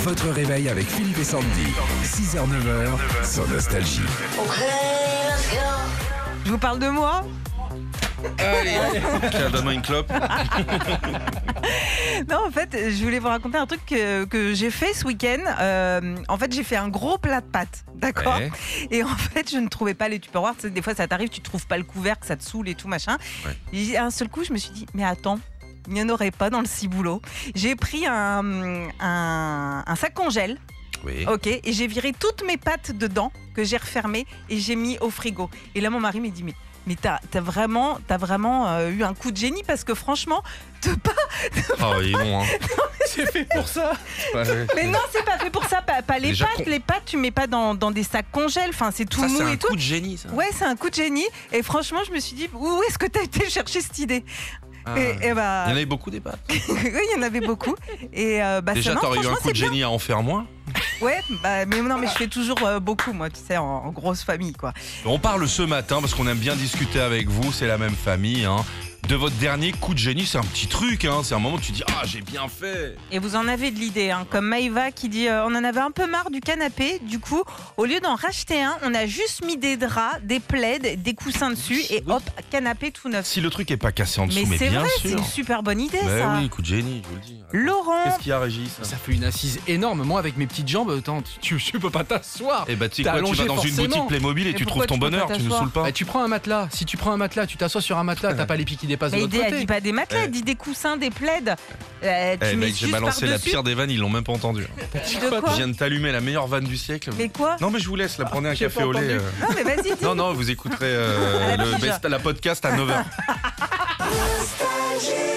Votre réveil avec Philippe et Sandy. 6h-9h sur Nostalgie. Je vous parle de moi. Allez, tiens, donne-moi une clope. Non, en fait, je voulais vous raconter un truc que j'ai fait ce week-end. En fait, j'ai fait un gros plat de pâtes, d'accord. Ouais. Et en fait, je ne trouvais pas les tupperwares. Tu sais, des fois, ça t'arrive, tu trouves pas le couvercle, ça te saoule et tout machin. Ouais. Et à un seul coup, je me suis dit, mais attends, il n'y en aurait pas dans le ciboulot. J'ai pris un sac congèle. Oui. Ok, et j'ai viré toutes mes pâtes dedans, que j'ai refermées et j'ai mis au frigo. Et là, mon mari m'a dit, mais t'as vraiment eu un coup de génie parce que franchement, Oh, il est bon, hein. C'est fait pour ça. mais non, c'est pas fait pour ça, pas les Déjà pâtes. Les pâtes, tu mets pas dans des sacs congèles. Enfin, c'est tout Ça, mou c'est et un tout. coup de génie, ça. Ouais, c'est un coup de génie. Et franchement, je me suis dit, où est-ce que t'as été chercher cette idée? Ah. Et bah, Il y en avait beaucoup des pâtes. oui, il y en avait beaucoup. Et Déjà, ça, non, t'aurais eu un franchement, coup de c'est bien. génie à en faire moins. Ouais, mais non, mais je fais toujours beaucoup, moi, tu sais, en grosse famille, quoi. On parle ce matin parce qu'on aime bien discuter avec vous, c'est la même famille, hein. De votre dernier coup de génie, c'est un petit truc, hein. C'est un moment où tu dis ah j'ai bien fait. Et vous en avez de l'idée, hein, comme Maïva qui dit on en avait un peu marre du canapé. Du coup, au lieu d'en racheter un, on a juste mis des draps, des plaids, des coussins dessus et hop, canapé tout neuf. Si le truc est pas cassé en dessous, mais c'est bien vrai, c'est sûr. une super bonne idée, Mais ça. oui, coup de génie, je vous le dis. Laurent, Qu'est-ce qu'il y a, Régis? Ça fait une assise énorme. Moi, avec mes petites jambes, attends, tu peux pas t'asseoir. Eh bah tu sais T'es quoi, tu allongé vas dans une forcément. boutique Playmobil et Mais tu pourquoi trouves ton tu peux bonheur, pas tu nous t'asseoir saoules pas. Bah, tu prends un matelas. Si tu prends un matelas, tu t'assois sur un matelas, t'as pas les pieds qui dépassent de mais l'autre elle côté. dit pas des matelas, Eh. elle dit des coussins, des plaids. Tu Eh mets mec, j'ai juste balancé la par-dessus. pire des vannes, ils l'ont même pas entendu. De quoi Je viens de t'allumer la meilleure vanne du siècle. Mais quoi? Non mais je vous laisse, là, prenez un J'ai café pas au lait. entendu. Non, mais vas-y, dis. Non, vous écouterez À la pige. la podcast à 9h.